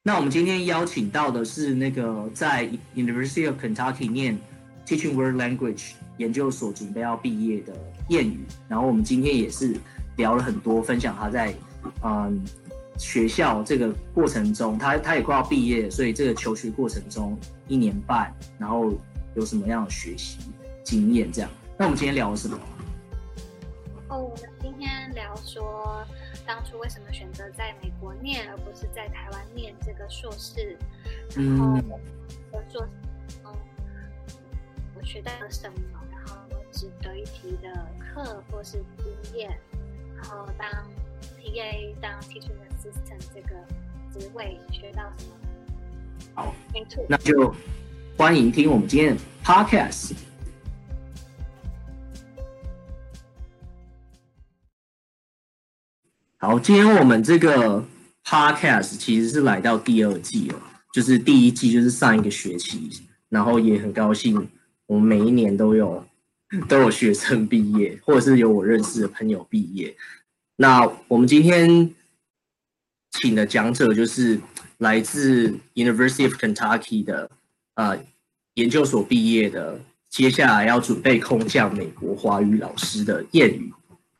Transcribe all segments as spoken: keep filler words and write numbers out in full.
那我们今天邀请到的是那个在 University of Kentucky 念 Teaching World Language 研究所准备要毕业的燕宇，然后我们今天也是聊了很多，分享他在嗯学校这个过程中，他他也快要毕业，所以这个求学过程中一年半，然后有什么样的学习经验这样。那我们今天聊什么？ 哦，我们今天聊说当初为什么选择在美国念，而不是在台湾念这个硕士，然后我硕士嗯，我学到了什么，然后值得一提的课或是经验，然后当 T A 当 Teaching Assistant 这个职位学到什么？ 好， 没错， 那就欢迎听我们今天的 Podcast。好，今天我们这个 podcast 其实是来到第二季了，就是第一季就是上一个学期，然后也很高兴，我们每一年都有都有学生毕业，或者是有我认识的朋友毕业。那我们今天请的讲者就是来自 University of Kentucky 的呃研究所毕业的，接下来要准备空降美国华语老师的燕宇。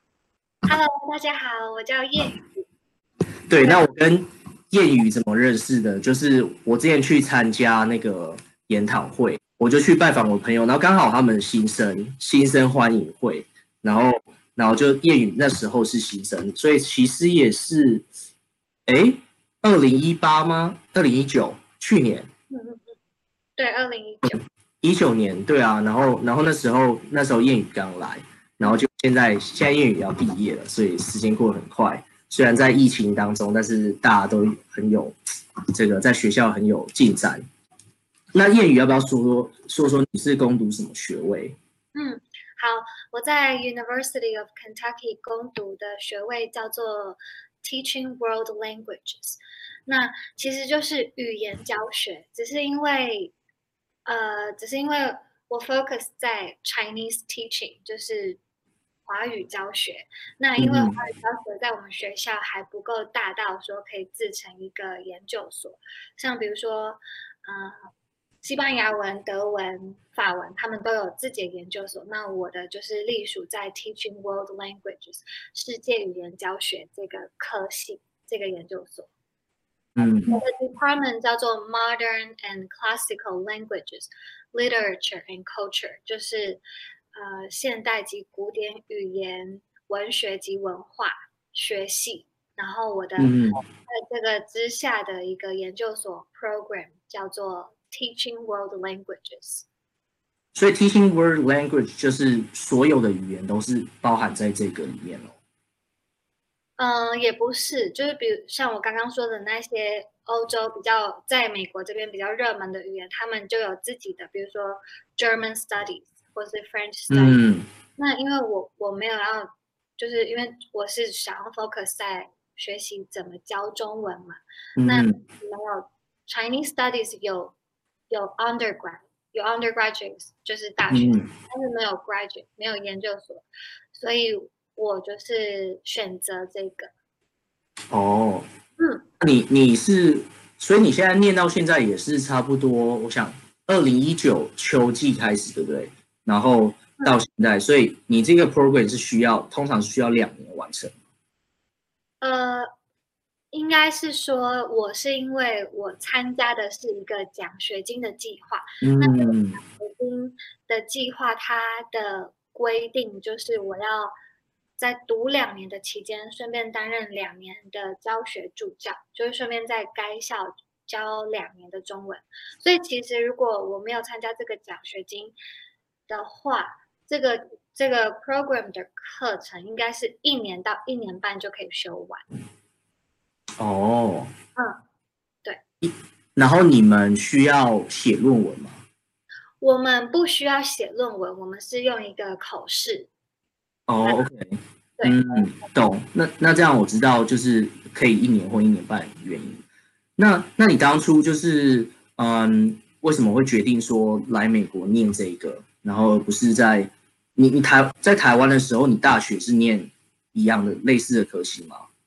Hello， 大家好，我叫燕宇。 对，那我跟燕宇怎么认识的？就是我之前去参加那个研讨会，我就去拜访我朋友，然后刚好他们新生新生欢迎会，然后然后就燕宇那时候是新生，所以其实也是，哎，二零一八吗？二零一九，去年。 嗯嗯嗯，对，二零一九。 一九年，对啊，然后然后那时候那时候燕宇刚来。然后就现在，现在燕宇要毕业了，所以时间过得很快。虽然在疫情当中，但是大家都很有这个在学校很有进展。那燕宇要不要说说说说你是攻读什么学位？ 嗯，好，我在 University of Kentucky 攻读的学位叫做 Teaching World Languages， 那其实就是语言教学，只是因为呃，只是因为我 focus 在 Chinese teaching， 就是华语教学。那因为华语教学在我们学校还不够大到说可以自成一个研究所，像比如说，呃，西班牙文、德文、法文，他们都有自己的研究所。那我的就是隶属在 Teaching World Languages 世界语言教学这个科系这个研究所。 嗯， 我的 department 叫做 Modern and Classical Languages Literature and Culture， 就是呃现代及古典语言、文学及文化学系。然后我的、 嗯、 在这个之下的一个研究所 program 叫做 Teaching World Languages。 所以 Teaching World Language 就是所有的语言都是包含在这个里面咯。 嗯，也不是，就是比如像我刚刚说的那些欧洲比较在美国这边比较热门的语言，他们就有自己的，比如说 German Studies 或是 French Studies。嗯，那因为我我没有要，就是因为我是想要 focus 在学习怎么教中文嘛。嗯，那没有 Chinese Studies 有有 undergrad 有 undergraduates 就是大学，嗯，但是没有 graduate 没有研究所，所以我就是选择这个。 哦，嗯，你你是，所以你现在念到现在也是差不多，我想二零一九秋季开始，对不对？然后到现在，嗯，所以你这个 program 是需要，通常是需要两年完成。 呃，应该是说，我是因为我参加的是一个奖学金的计划，嗯，那这个奖学金的计划它的规定就是我要在读两年的期间，顺便担任两年的教学助教，就是顺便在该校教两年的中文。所以其实如果我没有参加这个奖学金的话，这个这个 program 的课程应该是一年到一年半就可以修完。 哦， 嗯，对。 然后你们需要写论文吗？ 我们不需要写论文，我们是用一个口试。 哦 ，OK， 对， 嗯，懂。那那这样我知道，就是可以一年或一年半的原因。那那你当初就是嗯，为什么会决定说来美国念这个，然后不是在你你台在台湾的时候，你大学是念一样的类似的科系吗？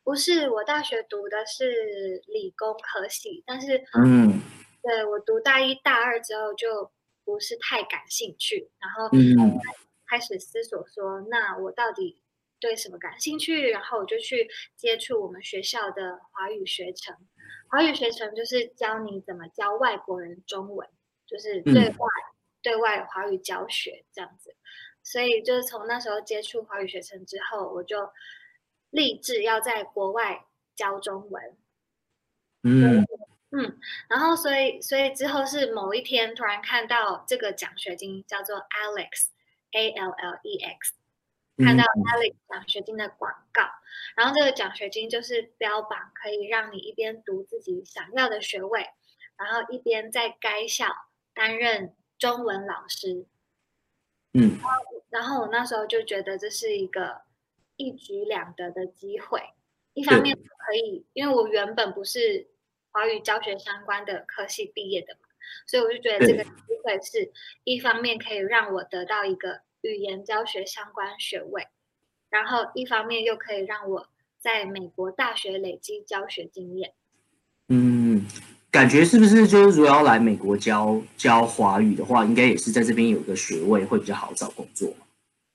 不是，我大学读的是理工科系，但是嗯对我读大一大二之后就不是太感兴趣，然后嗯开始思索说，那我到底对什么感兴趣？然后我就去接触我们学校的华语学程。华语学程就是教你怎么教外国人中文，就是对外嗯， 对外华语教学这样子。所以就是从那时候接触华语学程之后，我就立志要在国外教中文。 嗯， 嗯，然后所以所以之后是某一天突然看到这个奖学金叫做 Alex，A L L E X，看到嗯 Alex 奖学金的广告，然后这个奖学金就是标榜可以让你一边读自己想要的学位，然后一边在该校担任中文老师。 嗯， 然后我那时候就觉得这是一个一举两得的机会，一方面对， 可以，因为我原本不是华语教学相关的科系毕业的嘛，所以我就觉得这个对， 机会是一方面可以让我得到一个语言教学相关学位，然后一方面又可以让我在美国大学累积教学经验。 嗯，感觉是不是就是如果要来美国教教华语的话，应该也是在这边有个学位会比较好找工作嘛？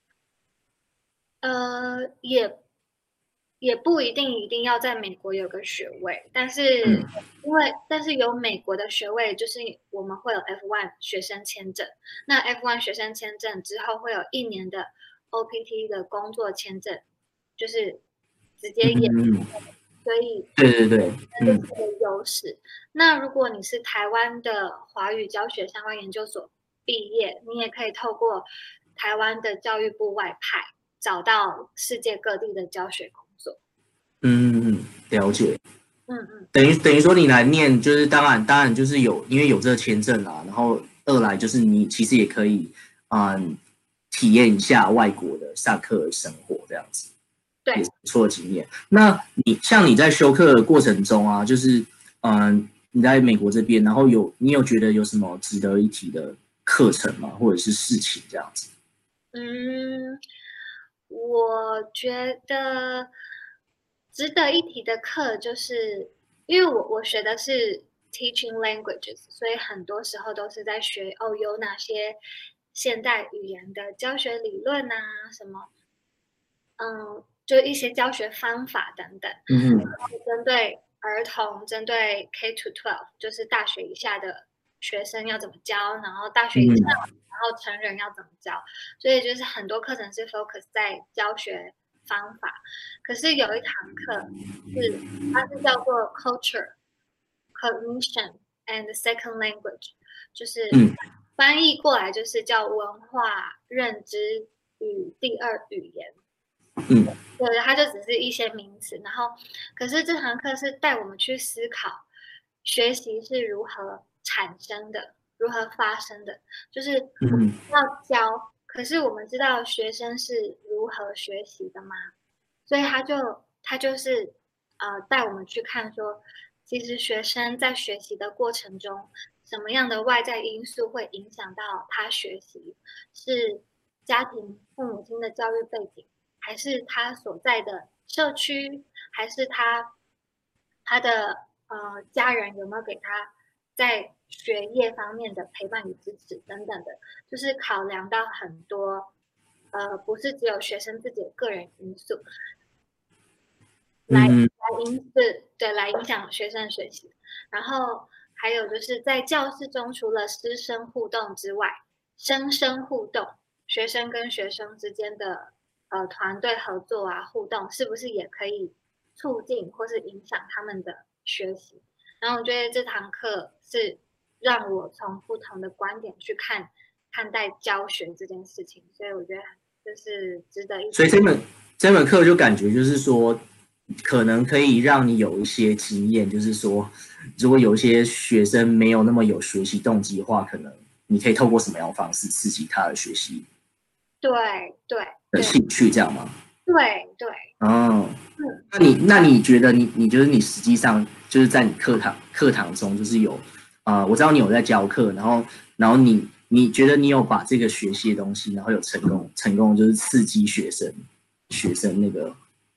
呃，也也不一定一定要在美国有个学位，但是嗯因为但是有美国的学位，就是我们会有 F 一 学生签证。那 F 一 学生签证之后会有一年的 O P T 的工作签证，就是直接延嗯， 所以对对对，嗯这是个优势。那如果你是台湾的华语教学相关研究所毕业，你也可以透过台湾的教育部外派，找到世界各地的教学工作。 嗯，了解。 嗯嗯， 等于等于说你来念，就是当然当然就是有，因为有这个签证啦，然后二来就是你其实也可以嗯体验一下外国的上课生活这样子，也对。 是不错的经验。那你像你在修课的过程中啊，就是嗯你在美国这边，然后有你有觉得有什么值得一提的课程吗，或者是事情这样子？ 嗯，我觉得值得一提的课，就是因为我我学的是 teaching languages，所以很多时候都是在学哦，有哪些现代语言的教学理论啊，什么，嗯，就一些教学方法等等， 嗯哼， 针对儿童，针对 K to twelve，就是大学以下的学生要怎么教，然后大学以上， 嗯然后成人要怎么教，所以就是很多课程是 focus 在教学方法。可是有一堂课是它是叫做 culture cognition and second language，就是嗯翻译过来就是叫文化认知与第二语言。 嗯对，它就只是一些名词，然后可是这堂课是带我们去思考学习是如何产生的，如何发生的，就是我们嗯要教，可是我们知道学生是如何学习的吗？所以他就他就是呃带我们去看说，其实学生在学习的过程中，什么样的外在因素会影响到他学习，是家庭父母亲的教育背景。还是他所在的社区，还是他他的呃家人有没有给他在学业方面的陪伴与支持等等的，就是考量到很多呃不是只有学生自己的个人因素来嗯来影对对来影响学生的学习，然后还有就是在教室中除了师生互动之外，生生互动，学生跟学生之间的呃团队合作啊互动，是不是也可以促进或是影响他们的学习？然后我觉得这堂课是让我从不同的观点去看看待教学这件事情，所以我觉得这是值得一提。 所以这门这门课就感觉就是说，可能可以让你有一些经验，就是说，如果有一些学生没有那么有学习动机的话，可能你可以透过什么样的方式刺激他的学习对对对的兴趣，这样吗？ 对对， 哦， 嗯。 那你那你觉得你你就是你实际上就是在你课堂课堂中就是有啊、呃我知道你有在教课，然后然后你你觉得你有把这个学习的东西，然后有成功成功就是刺激学生学生那个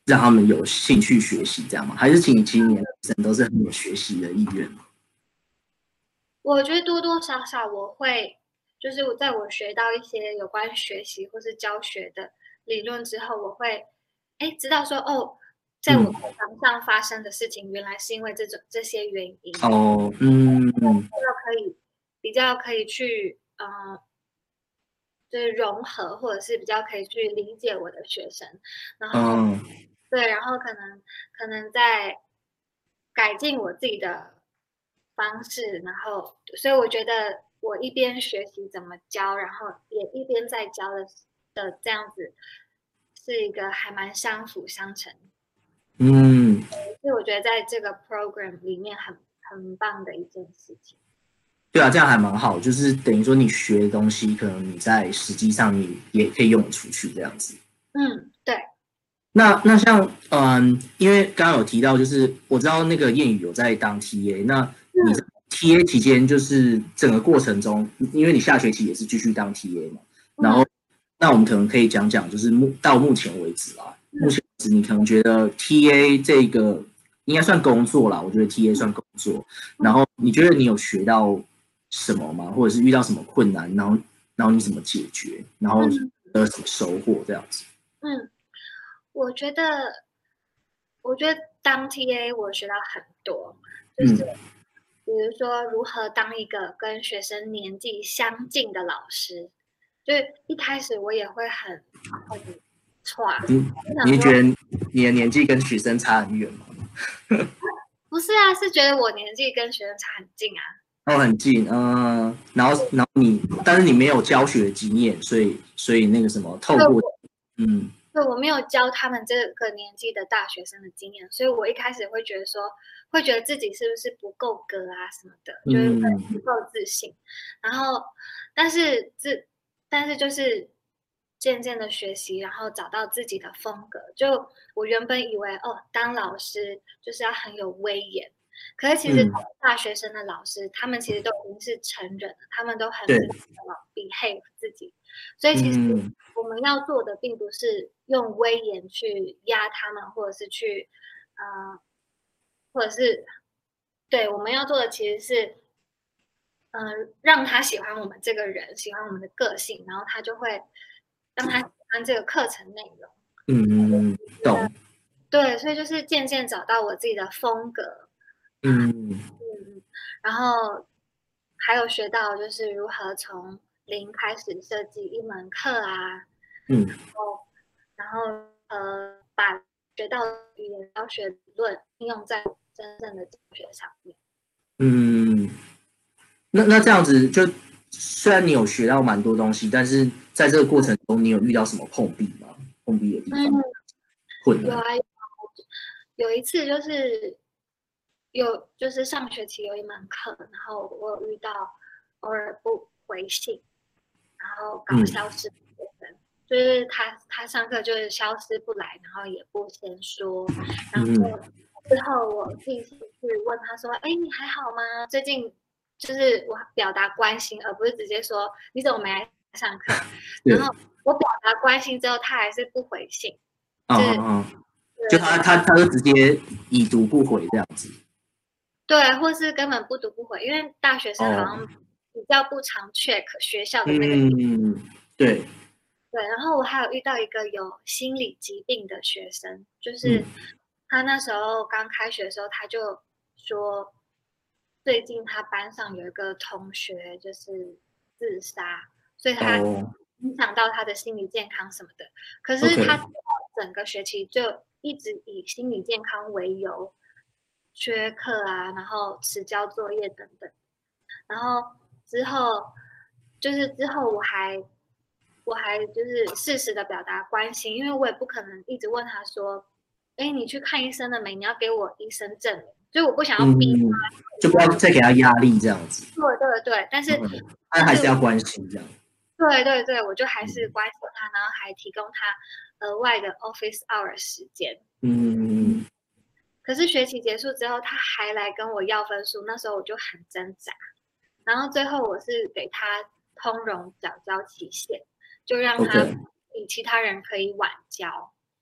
让他们有兴趣学习，这样吗？还是请其实你的学生都是很有学习的意愿吗？ 我觉得多多少少我会，就是我在我学到一些有关学习或是教学的理论之后，我会哎知道说哦，在我课堂上发生的事情，原来是因为这种这些原因。 哦，嗯， 比较可以比较可以去呃，就是融合，或者是比较可以去理解我的学生，然后嗯， 对，然后可能可能在改进我自己的方式，然后所以我觉得我一边学习怎么教，然后也一边在教的的这样子，是一个还蛮相辅相成， 嗯， 所以我觉得在这个 program 里面很很棒的一件事情。 对啊，这样还蛮好，就是等于说你学的东西，可能你在实际上你也可以用得出去这样子。 嗯，对。 那那像嗯，因为刚刚有提到，就是我知道那个谚语有在当 T A，那你在嗯 T A 期间，就是整个过程中，因为你下学期也是继续当 T A 嘛，然后嗯那我们可能可以讲讲，就是目到目前为止啊，目前嗯为止你可能觉得 T A 这个应该算工作啦，我觉得 T A 算工作，然后你觉得你有学到什么吗？或者是遇到什么困难，然后然后你怎么解决，然后嗯得什么收获这样子？ 嗯，我觉得，我觉得当 T A 我学到很多，就是嗯。 比如说如何当一个跟学生年纪相近的老师。就是一开始我也会很很差， 你就想说你觉得你的年纪跟学生差很远吗？ 不是啊，是觉得我年纪跟学生差很近啊。 哦，很近，嗯，然后然后你，但是你没有教学经验，所以所以那个什么，透过， 对， 嗯对，我没有教他们这个年纪的大学生的经验，所以我一开始会觉得说，会觉得自己是不是不够格啊什么的，就是会嗯不够自信。然后，但是这，但是就是渐渐的学习，然后找到自己的风格。就我原本以为哦，当老师就是要很有威严，可是其实嗯， 大学生的老师，他们其实都已经是成人了，他们都很对， 知道怎么 behave 自己，所以其实。 嗯我们要做的并不是用威严去压他们，或者是去，呃，或者是，对，我们要做的其实是，嗯、呃，让他喜欢我们这个人，喜欢我们的个性，然后他就会让他喜欢这个课程内容。 嗯，懂， 对，所以就是渐渐找到我自己的风格， 嗯嗯，然后还有学到就是如何从零开始设计一门课啊， 嗯然后呃，把学到的语言教学理论应用在真正的教学上面。 嗯，那那这样子就，虽然你有学到蛮多东西，但是在这个过程中，你有遇到什么碰壁吗？碰壁的地方， 嗯， 困难， 有啊，有一次就是有就是上学期有一门课，然后我有遇到偶尔不回信，然后搞嗯消失的学生，就是他他上课就是消失不来，然后也不先说，然后嗯之后我继续去问他说：“哎，你还好吗？最近就是我表达关心，而不是直接说你怎么没来上课。”然对， 后我表达关心之后，他还是不回信， 嗯就是嗯嗯，就对对对， 他他他就直接已读不回这样子， 对，或是根本不读不回，因为大学生好哦。 像比较不常 check 学校的那个。 嗯，对， 对，然后我还有遇到一个有心理疾病的学生，就嗯， 是他那时候刚开学的时候，他就说最近他班上有一个同学就是自杀，所以他哦影响到他的心理健康什么的。可是 ，OK， 他整个学期就一直以心理健康为由，缺课啊，然后迟交作业等等。然后之后就是之后我还我还就是适时的表达关心，因为我也不可能一直问他说，哎，你去看医生了没？你要给我医生证明，所以我不想要逼嗯，就不要他。 再给他压力这样子， 对对对，但是嗯，但但是还是要关心这样， 对对对，我就还是嗯关心他，然后还提供他额外的 office hour 时间。 嗯可是学期结束之后，他还来跟我要分数，那时候我就很挣扎。然后最后我是给他通融缴交期限，就让他 ，OK， 比其他人可以晚交。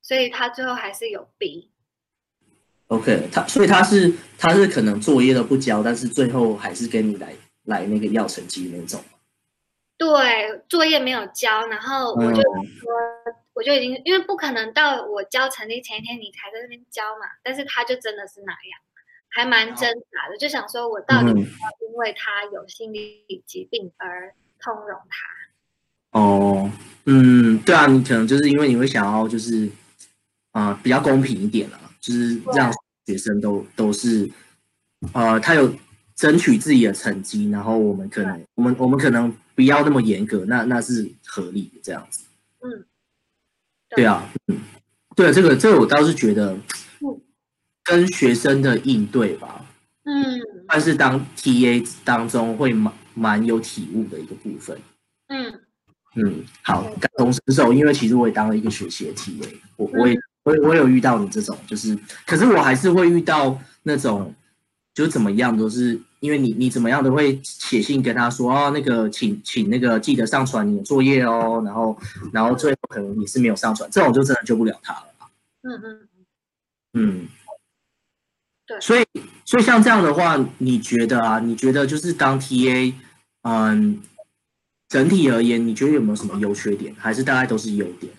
所以他最后还是有 B。 OK， 他所以他是他是可能作业都不交，但是最后还是跟你来来那个要成绩那种。 对，作业没有交，然后我就嗯说，我就已经因为不可能到我交成绩前一天你才在那边交嘛，但是他就真的是那样，还蛮挣扎的，就想说我到底要嗯， 因为他有心理疾病而通融他。 哦，嗯，对啊，你可能就是因为你会想要就是啊、呃比较公平一点啦，就是让学生都都是呃他有争取自己的成绩，然后我们可能我们我们可能不要那么严格，那那是合理的这样子。 嗯，对， 对啊，嗯，对啊，这个这个我倒是觉得嗯跟学生的应对吧， 嗯算是当 T A 当中会蛮蛮有体悟的一个部分。 嗯， 嗯，好， 没错， 感同身受，因为其实我也当了一个学习的 T A，我我也嗯我也我有遇到你这种，就是可是我还是会遇到那种，就是怎么样都是因为你你怎么样都会写信跟他说哦，那个请请那个记得上传你的作业哦，然后然后最后可能也是没有上传，这种就真的救不了他了。 嗯嗯， 嗯， 对。 所以所以像这样的话，你觉得啊？你觉得就是当 T A，嗯，整体而言，你觉得有没有什么优缺点，还是大概都是优点？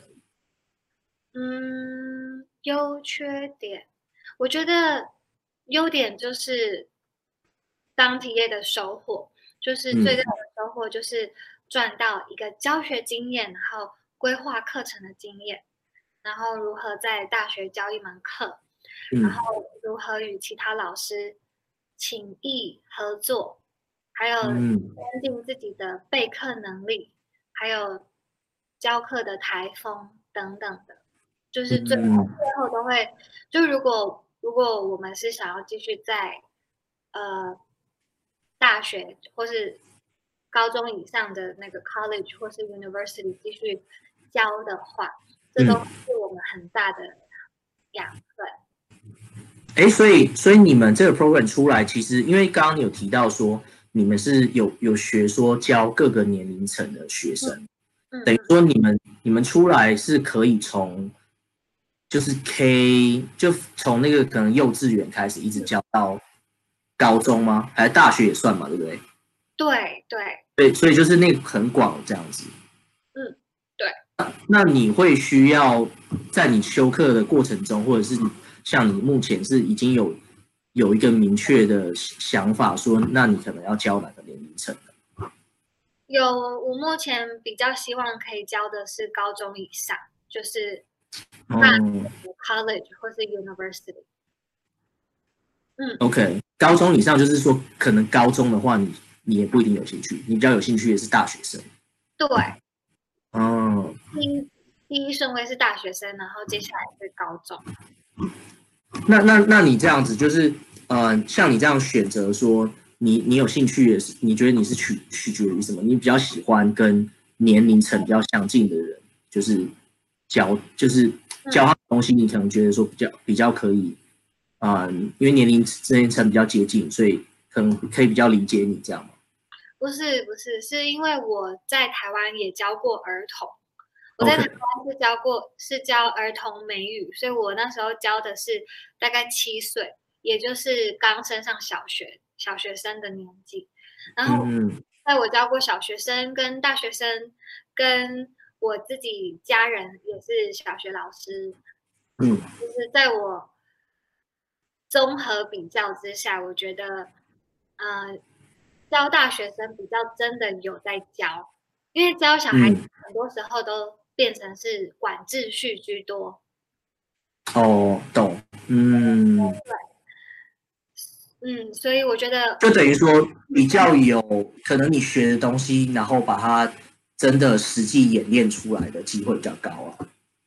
嗯，优缺点，我觉得优点就是当 T A 的收获，就是最大嗯的收获就是赚到一个教学经验，然后规划课程的经验，然后如何在大学教一门课，然嗯后如何与其他老师情谊合作，还有嗯坚定自己的备课能力，还有教课的台风等等的。就是最最嗯后都会，就如果如果我们是想要继续在呃大学或是高中以上的那个 college 或是 university 继续教的话，这都嗯， 是我们很大的养分。 哎，所以所以你们这个 program 出来，其实因为刚刚你有提到说你们是有有学说教各个年龄层的学生，等于嗯嗯， 说你们你们出来是可以从就是 K 就从那个可能幼稚园开始一直教到高中吗？还是大学也算嘛，对不对？ 对对， 对，所以就是那个很广这样子。 嗯对。 那你会需要在你修课的过程中，或者是像你目前是已经有有一个明确的想法，说那你可能要教哪个年龄层的？ 有，我目前比较希望可以教的是高中以上，就是大哦学、college 或是 university。嗯， ，OK，高中以上就是说，可能高中的话你，你也不一定有兴趣，你比较有兴趣的是大学生。 对， 哦， 第一第一顺位是大学生，然后接下来是高中。 那那那你这样子就是，呃，像你这样选择说，你你有兴趣的是，你觉得你是取取决于什么？你比较喜欢跟年龄层比较相近的人，就是教，就是教他的东西，你可能觉得说比较比较可以，嗯，因为年龄年龄层比较接近，所以可能可以比较理解你这样吗不是不是，是因为我在台湾也教过儿童，我在台 ？OK， 湾是教过是教儿童美语，所以我那时候教的是大概七岁，也就是刚升上小学小学生的年纪。然后嗯在我教过小学生跟大学生，跟我自己家人也是小学老师， 嗯就是在我综合比较之下，我觉得，呃，教大学生比较真的有在教，因为教小孩子嗯， 很多时候都变成是管秩序居多。 哦，懂，嗯。 嗯，所以我觉得， 就等于说比较有可能你学的东西，然后把它真的实际演练出来的机会比较高啊。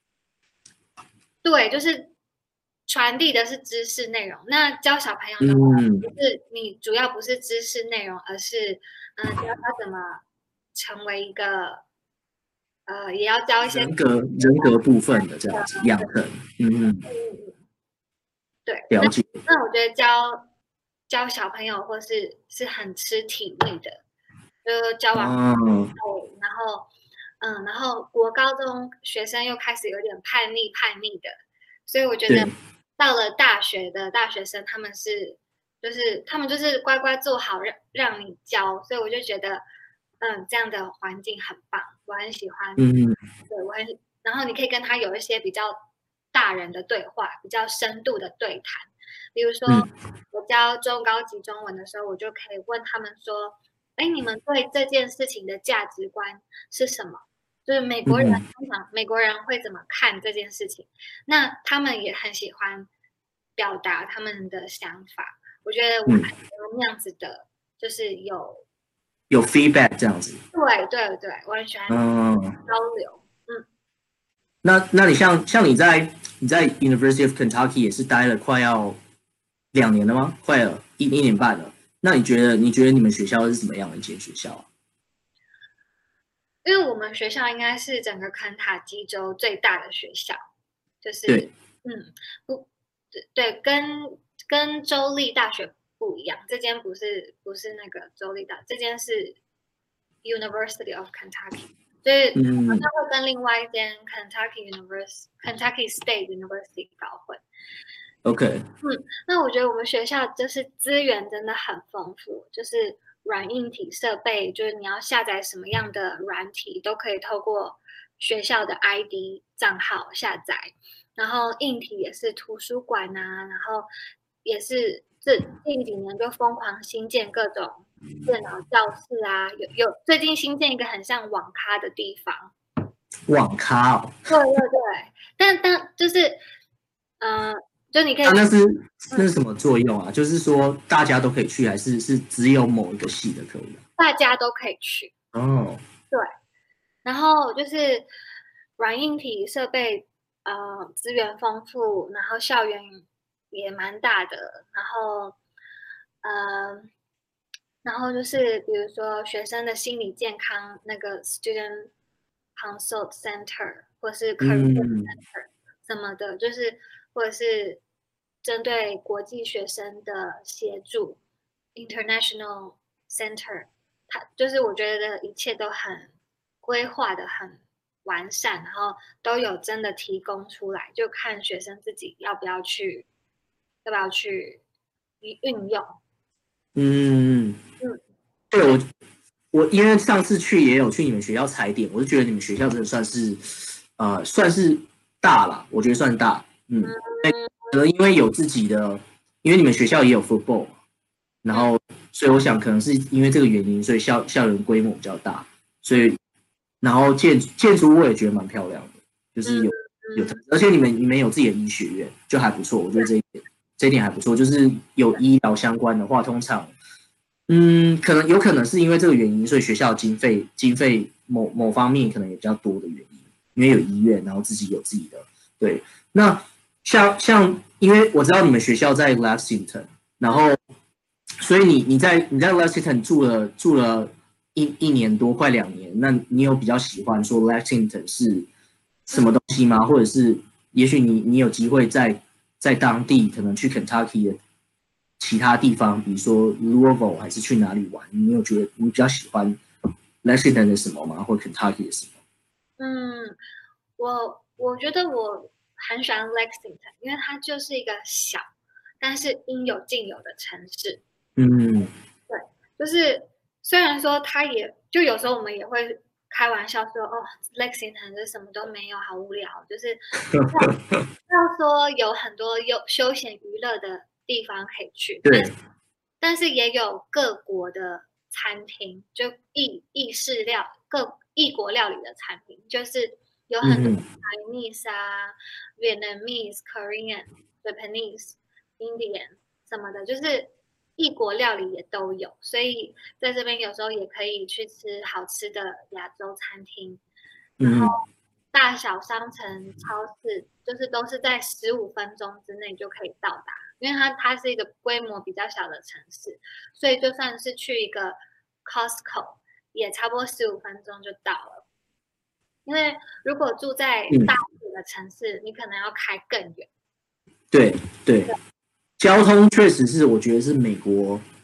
对，就是传递的是知识内容。那教小朋友的话， 嗯， 就是你主要不是知识内容，而是嗯、呃教他怎么成为一个呃，也要教一些人格人格部分的这样子养成，嗯嗯， 对。那了解。 那我觉得教教小朋友或是是很吃体力的，就是教完哦， 后，然后嗯，然后国高中学生又开始有点叛逆叛逆的，所以我觉得到了大学的大学生，他们是就是他们就是乖乖做好让让你教，所以我就觉得嗯这样的环境很棒，我很喜欢。 嗯， 对我很，然后你可以跟他有一些比较大人的对话，比较深度的对谈。比如说， 嗯我教中高级中文的时候，我就可以问他们说：“哎，你们对这件事情的价值观是什么？就是美国人嗯通常美国人会怎么看这件事情？那他们也很喜欢表达他们的想法。我觉得我很喜欢那样子的，就是有有 feedback 这样子。 对对对，我很喜欢嗯， 交流。嗯， 那那你像像你在你在 University of Kentucky 也是待了快要两年了吗？快了一一年半了。那你觉得你觉得你们学校是怎么样的一间学校啊？ 因为我们学校应该是整个肯塔基州最大的学校，就是对， 嗯，不对对，跟跟州立大学不一样，这间不是不是那个州立大，这间是 University of Kentucky，所以好嗯像会跟另外一间 Kentucky University Kentucky State University 搞混。 ，OK， 嗯，那我觉得我们学校就是资源真的很丰富，就是软硬体设备，就是你要下载什么样的软体，都可以透过学校的 I D 账号下载。然后硬体也是图书馆啊，然后也是这近几年就疯狂新建各种电脑教室啊，有有最近新建一个很像网咖的地方。 网咖哦， 对对对，但但就是呃。就你可以啊，那是那是什么作用啊？就是说大家都可以去，还是是只有某一个系的可以啊？ 大家都可以去。 哦， 对，然后就是软硬体设备，呃，资源丰富，然后校园也蛮大的，然后，呃，然后就是比如说学生的心理健康那个 student consult center 或是 career 嗯 center 什么的，就是或者是针对国际学生的协助 international center。它就是我觉得一切都很规划的很完善，然后都有真的提供出来，就看学生自己要不要去，要不要去运用。 嗯， 嗯， 对我我因为上次去也有去你们学校踩点，我就觉得你们学校真的算是呃算是大了，我觉得算大，嗯，可能因为有自己的，因为你们学校也有 football，然后所以我想可能是因为这个原因，所以校校园规模比较大，所以然后建建筑物我也觉得蛮漂亮的，就是有有，而且你们你们有自己的医学院，就还不错，我觉得这一点这一点还不错，就是有医疗相关的话，通常嗯，可能有可能是因为这个原因，所以学校经费经费某某方面可能也比较多的原因，因为有医院，然后自己有自己的对。那像像因为我知道你们学校在 Lexington，然后所以你你在你在 Lexington 住了住了一一年多，快两年，那你有比较喜欢说 Lexington 是什么东西吗？或者是也许你你有机会在在当地可能去 Kentucky 的其他地方，比如说 Louisville 还是去哪里玩？你有觉得你比较喜欢 Lexington 的什么吗？或 Kentucky 的什么？ 嗯，我我觉得我很喜欢 Lexington，因为它就是一个小但是应有尽有的城市。 嗯， 对，就是虽然说它也就有时候我们也会开玩笑说，哦，Lexington 是什么都没有，好无聊。就是要说有很多有休闲娱乐的地方可以去，但对， 是但是也有各国的餐厅，就意意式料各异国料理的餐厅，就是有很多 Chinese 啊、Vietnamese、Korean、Japanese、Indian 什么的，就是异国料理也都有，所以在这边有时候也可以去吃好吃的亚洲餐厅，然后嗯大小商城、超市，就是都是在十五分钟之内就可以到达，因为它它是一个规模比较小的城市，所以就算是去一个 Costco，也差不多十五分钟就到了。因为如果住在大一点的城市，你可能要开更远。 对对，交通确实是我觉得是美国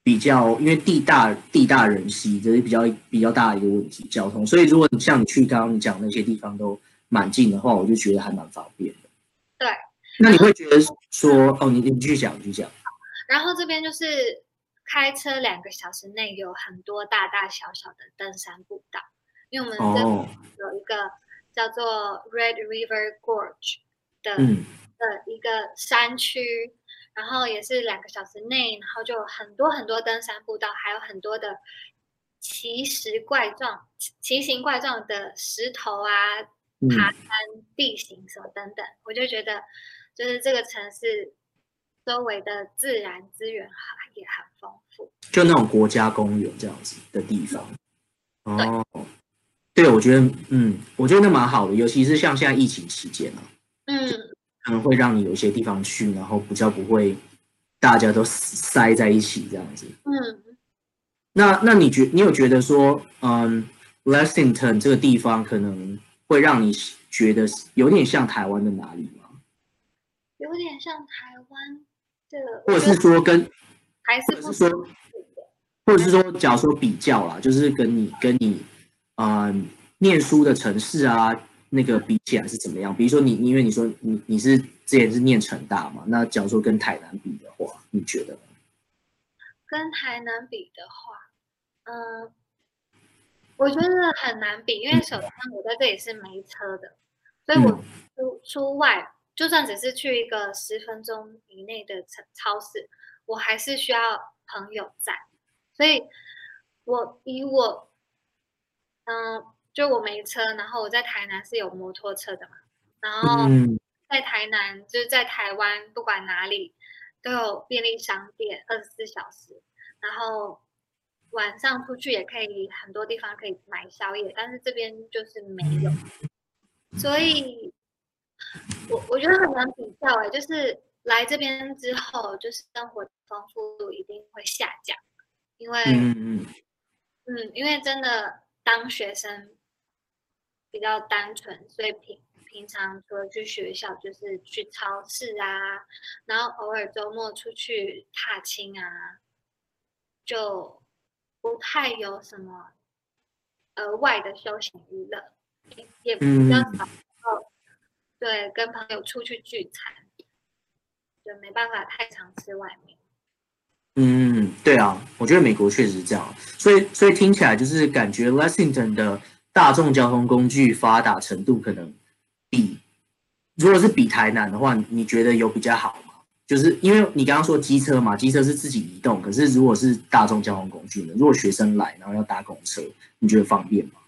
比较，因为地大地大人稀，这是比较比较大的一个问题，交通。所以如果你像你去刚刚你讲那些地方都蛮近的话，我就觉得还蛮方便的。 对， 那你会觉得说，哦，你你继续讲，你继续讲。 然后这边就是开车两个小时内有很多大大小小的登山步道，因为我们这哦， 有一个叫做 Red River Gorge 的、 嗯的一个山区，然后也是两个小时内，然后就有很多很多登山步道，还有很多的奇石怪状、奇形怪状的石头啊、 嗯爬山地形什么等等，我就觉得就是这个城市周围的自然资源也很丰富。 就那种国家公园这样子的地方。 对哦，对，我觉得，嗯，我觉得那蛮好的，尤其是像现在疫情期间啊， 嗯， 可能会让你有一些地方去，然后比较不会大家都塞在一起这样子。 嗯， 那那你觉你有觉得说，嗯，Lexington 这个地方可能会让你觉得有点像台湾的哪里吗？ 有点像台湾的， 或者是说跟， 还是不或者是说，或者是说，假如说比较啦，就是跟你跟你，嗯，念书的城市啊，那个比起来是怎么样？比如说你，因为你说你你是之前是念成大嘛，那假如说跟台南比的话，你觉得呢？ 跟台南比的话，嗯，我觉得很难比，因为首先我在这里是没车的，所以我嗯出出外，就算只是去一个十分钟以内的超超市，我还是需要朋友在，所以我以我，嗯，就我没车，然后我在台南是有摩托车的嘛，然后嗯在台南就是在台湾不管哪里都有便利商店二十四小时，然后晚上出去也可以很多地方可以买宵夜，但是这边就是没有，所以我我觉得很难比较哎，就是来这边之后，就是生活丰富度一定会下降，因为嗯嗯嗯，因为真的当学生比较单纯，所以平平常除了去学校，就是去超市啊，然后偶尔周末出去踏青啊，就不太有什么额外的休闲娱乐，也也比较嗯少哦。对，跟朋友出去聚餐，就没办法太常吃外面。 嗯，对啊，我觉得美国确实是这样，所以所以听起来就是感觉 Lexington 的大众交通工具发达程度可能比如果是比台南的话，你觉得有比较好吗？就是因为你刚刚说机车嘛，机车是自己移动，可是如果是大众交通工具呢？如果学生来然后要搭公车，你觉得方便吗？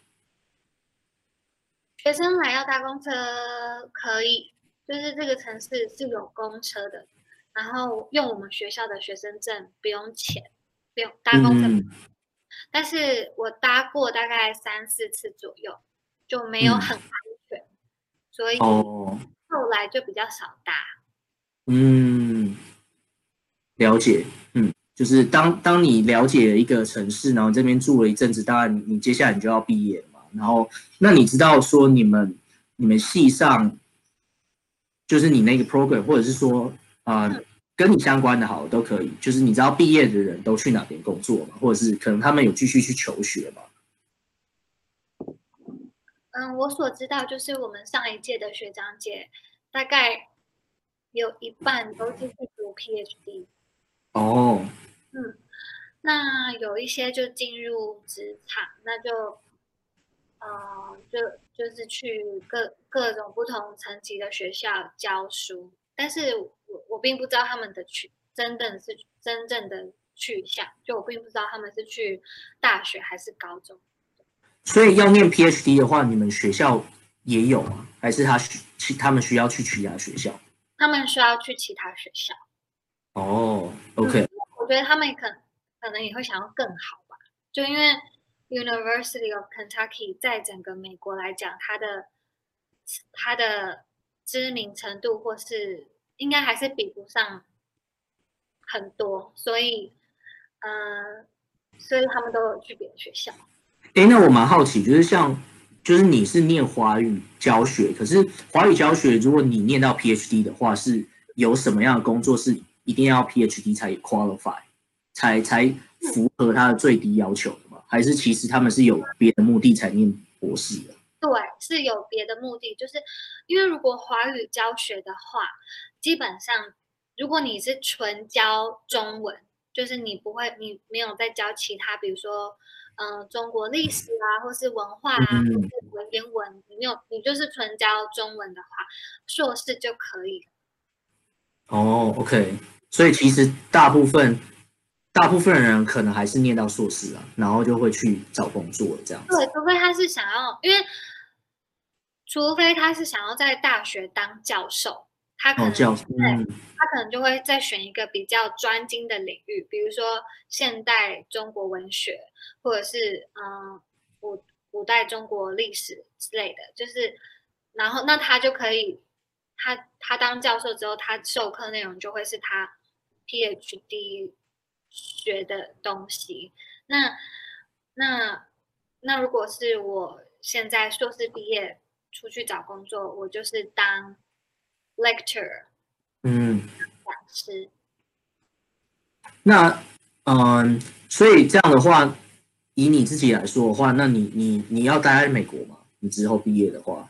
学生来要搭公车可以，就是这个城市是有公车的，然后用我们学校的学生证不用钱，不用搭公车。 嗯但是我搭过大概三四次左右，就没有嗯很安全，所以哦后来就比较少搭。 嗯，了解，嗯，就是当当你了解了一个城市，然后这边住了一阵子，当然你你接下来你就要毕业了嘛，然后那你知道说你们你们系上就是你那个 program，或者是说啊、呃、跟你相关的好都可以，就是你知道毕业的人都去哪边工作嘛，或者是可能他们有继续去求学嘛？ 嗯，我所知道就是我们上一届的学长姐，大概有一半都是去读 PhD。 哦， 嗯，那有一些就进入职场，那就呃，就就是去各各种不同层级的学校教书，但是我我并不知道他们的去真正是真正的去向，就我并不知道他们是去大学还是高中。 所以要念 PhD 的话，你们学校也有吗？还是他需他们需要去其他学校？ 他们需要去其他学校。 哦嗯， ，OK， 我觉得他们可可能也会想要更好吧，就因为 University of Kentucky 在整个美国来讲，它的它的知名程度或是应该还是比不上很多，所以呃，所以他们都有去别的学校。 哎，那我蛮好奇，就是像，就是你是念华语教学，可是华语教学，如果你念到 PhD 的话，是有什么样的工作是一定要 PhD 才 qualify？ 才才符合他的最低要求的吗？还是其实他们是有别的目的才念博士的？ 对，是有别的目的，就是因为如果华语教学的话，基本上如果你是纯教中文，就是你不会，你没有在教其他，比如说，嗯、呃，中国历史啊，或是文化啊，或嗯， 是文言文，你没有，你就是纯教中文的话，硕士就可以了。 哦，OK，所以其实大部分大部分人可能还是念到硕士啊，然后就会去找工作这样子。 对，除非他是想要，因为除非他是想要在大学当教授，他可哦， 能教， 对， 嗯他可能就会再选一个比较专精的领域，比如说现代中国文学，或者是嗯古古代中国历史之类的，就是然后那他就可以，他他当教授之后，他授课内容就会是他 PhD 学的东西。那那那如果是我现在硕士毕业出去找工作，我就是当 lecturer 嗯， 讲师。 那嗯，所以这样的话，以你自己来说的话，那你你你要待在美国吗？你之后毕业的话，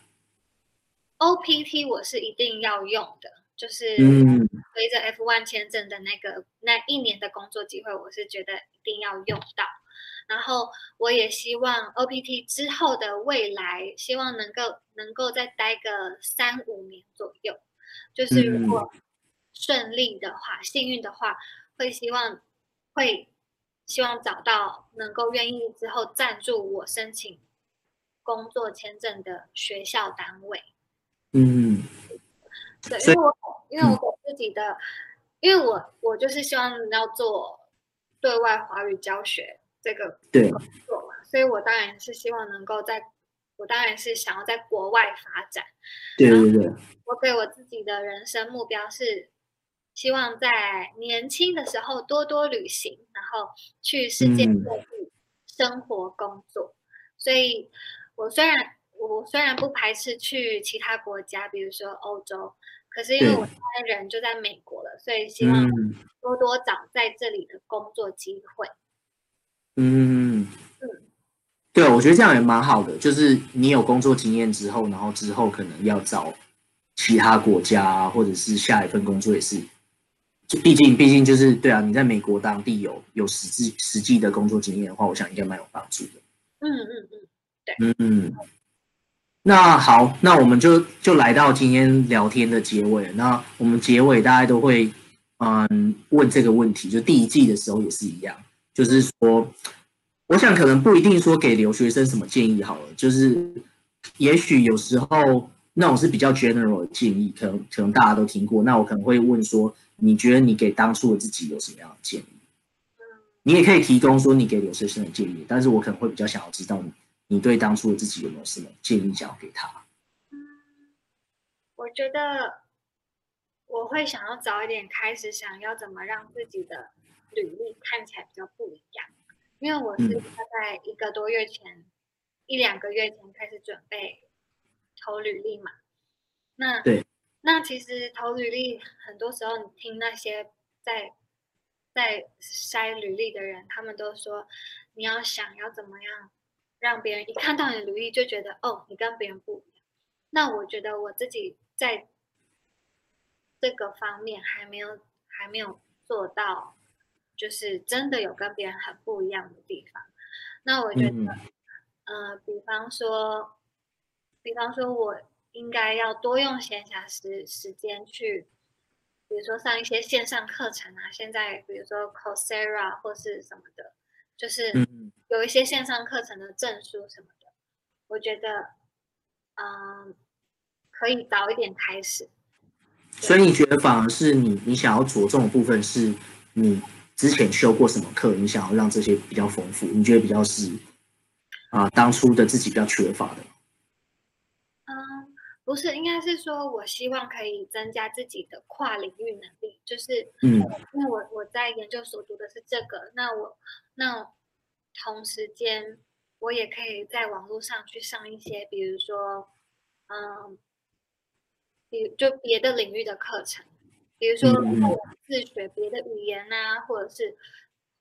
O P T 我是一定要用的，就是嗯随着 F 一 签证的那个那一年的工作机会，我是觉得一定要用到。然后我也希望 O P T 之后的未来，希望能够能够再待个三五年左右。就是如嗯果顺利的话，幸运的话，会希望会希望找到能够愿意之后赞助我申请工作签证的学校单位。 嗯， 对，因所以为我因为我嗯给自己的，因为我我就是希望要做对外华语教学这个对工作嘛，所以我当然是希望能够在，我当然是想要在国外发展。然后对对对， 我给我自己的人生目标是，希望在年轻的时候多多旅行，然后去世界嗯各地生活工作。所以，我虽然我虽然不排斥去其他国家，比如说欧洲，可是因为我对， 现在人就在美国了，所以希望嗯多多找在这里的工作机会。 嗯。 嗯， 对，我觉得这样也蛮好的，就是你有工作经验之后，然后之后可能要找其他国家啊，或者是下一份工作也是，就毕竟毕竟就是对啊，你在美国当地有有实际实际的工作经验的话，我想应该蛮有帮助的。 嗯嗯嗯，对。 嗯，那好，那我们就就来到今天聊天的结尾了。那我们结尾大家都会嗯问这个问题，就第一季的时候也是一样，就是说，我想可能不一定说给留学生什么建议好了，就是也许有时候那种是比较 general 的建议，可能可能大家都听过。那我可能会问说，你觉得你给当初的自己有什么样的建议？你也可以提供说你给留学生的建议，但是我可能会比较想要知道你你对当初的自己有没有什么建议想要给他？ 嗯，我觉得我会想要早一点开始想要怎么让自己的履历看起来比较不一样，因为我是嗯， 大概一个多月前、一两个月前开始准备投履历嘛。那对， 那其实投履历很多时候，你听那些在在筛履历的人，他们都说你要想要怎么样让别人一看到你的履历就觉得哦，你跟别人不一样。那我觉得我自己在这个方面还没有还没有做到，就是真的有跟别人很不一样的地方。那我觉得， 嗯呃，比方说，比方说我应该要多用闲暇时时间去，比如说上一些线上课程啊，现在比如说 Coursera 或是什么的，就是嗯， 有一些线上课程的证书什么的，我觉得，嗯，可以早一点开始。对。 所以你觉得反而是你你想要着重的部分是你之前修过什么课，你想要让这些比较丰富，你觉得比较是啊、当初的自己比较缺乏的？ 嗯，不是，应该是说，我希望可以增加自己的跨领域能力，就是嗯因为我我在研究所读的是这个，那我那同时间我也可以在网络上去上一些，比如说，嗯，比就别的领域的课程，比如说嗯嗯自学别的语言啊，或者是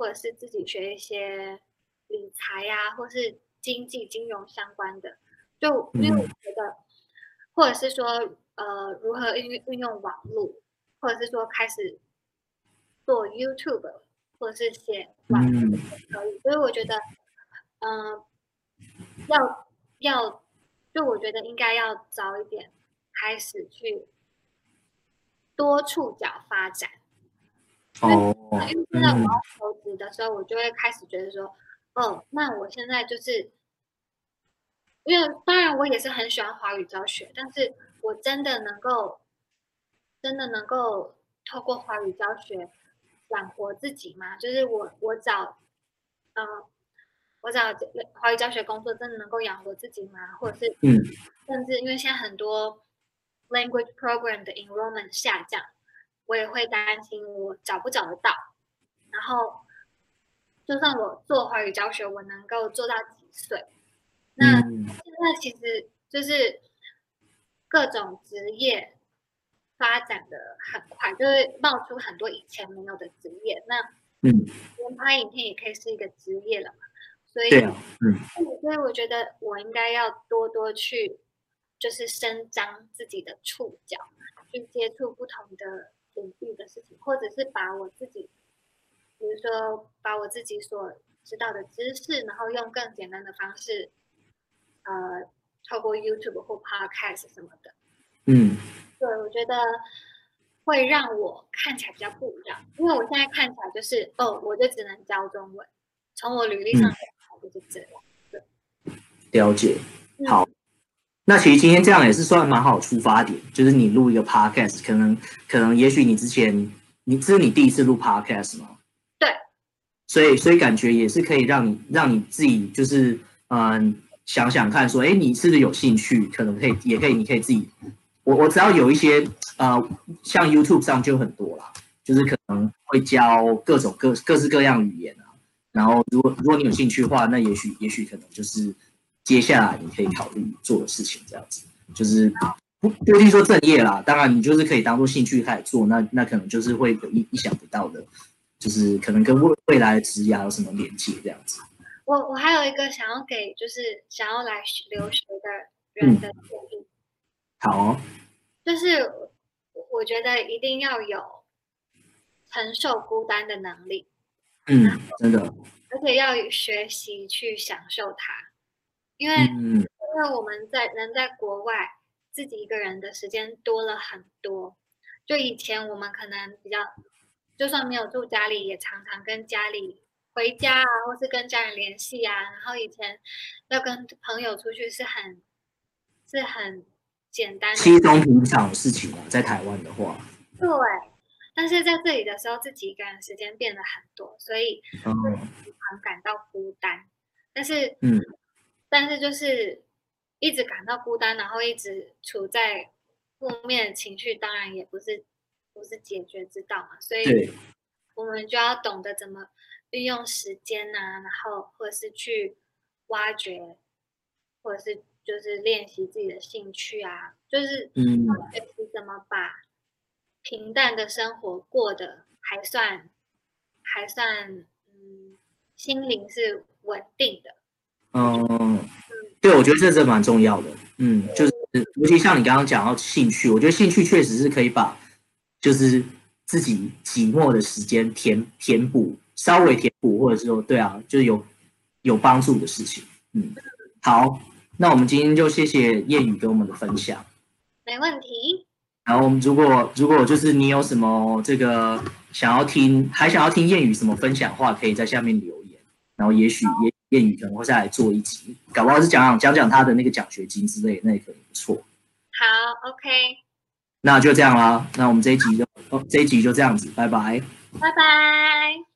或者是自己学一些理财呀、啊，或是经济金融相关的。就因为我觉得，或者是说呃如何运运用网络，或者是说开始做 YouTube， 或者是写网文都可以。所以我觉得，嗯、呃，要要，就我觉得应该要早一点开始去多触角发展。因为哦， 因为现在我要求职的时候，我就会开始觉得说，哦，那我现在就是，因为当然我也是很喜欢华语教学，但是我真的能够，真的能够透过华语教学养活自己吗？就是我我找，嗯、呃，我找华语教学工作真的能够养活自己吗？或者是， 嗯， 甚至因为现在很多 language program 的 enrollment 下降，我也会担心我找不找得到。然后，就算我做华语教学，我能够做到几岁？那嗯现在其实就是各种职业发展的很快，就会冒出很多以前没有的职业。那嗯， 连拍影片也可以是一个职业了嘛？所以， 对啊，嗯所以我觉得我应该要多多去，就是伸张自己的触角，去接触不同的领域的事情，或者是把我自己，比如说把我自己所知道的知识，然后用更简单的方式，呃，透过 YouTube 或 Podcast 什么的。 嗯对，我觉得会让我看起来比较不一样，因为我现在看起来就是哦，我就只能教中文，从我履历上嗯， 看起来就是这样。对， 了解。好， 嗯， 那其实今天这样也是算蛮好的出发点，就是你录一个 podcast，可能可能也许你之前你这是你第一次录 podcast 吗？ 对， 所以所以感觉也是可以让你让你自己就是嗯想想看说，哎，你是不是有兴趣？可能可以也可以，你可以自己，我我只要有一些呃，像 YouTube 上就很多啦，就是可能会教各种各各式各样语言啊。然后如果如果你有兴趣的话，那也许也许可能就是接下来你可以考虑做的事情这样子，就是不不一定说正业啦，当然你就是可以当做兴趣开始做，那那可能就是会有意意想不到的。就是可能跟未未来的职涯有什么连接这样子。 我我还有一个想要给就是想要来留学的人嗯， 的建议， 好哦， 就是我觉得一定要有承受孤单的能力， 嗯，真的， 而且要学习去享受它，因为嗯因为我们在人在国外自己一个人的时间多了很多，就以前我们可能比较，就算没有住家里，也常常跟家里回家啊，或是跟家人联系啊。然后以前要跟朋友出去是很是很简单的， 稀松平常的事情啊，在台湾的话， 对。但是在这里的时候，自己一个人时间变得很多，所以会嗯时常感到孤单。但是， 嗯， 但是就是一直感到孤单，然后一直处在负面的情绪，当然也不是不是解决之道嘛。所以， 对， 我们就要懂得怎么运用时间呐、啊，然后或者是去挖掘，或者是就是练习自己的兴趣啊，就是嗯要学习怎么把平淡的生活过得还算还算嗯，心灵是稳定的。 嗯，对，我觉得这是蛮重要的。嗯，就是尤其像你刚刚讲到兴趣，我觉得兴趣确实是可以把就是自己寂寞的时间填填补，稍微填补，或者是说对啊，就是有有帮助的事情。嗯，好，那我们今天就谢谢谚语跟我们的分享。 没问题。 然后我们如果如果就是你有什么这个想要听，还想要听谚语什么分享的话，可以在下面留言。然后也许谚语可能会再来做一集，搞不好是讲讲讲讲他的那个奖学金之类的，那也可能不错。 好，OK， 那就这样啦，那我们这一集就、哦、这一集就这样子，拜拜。 拜拜。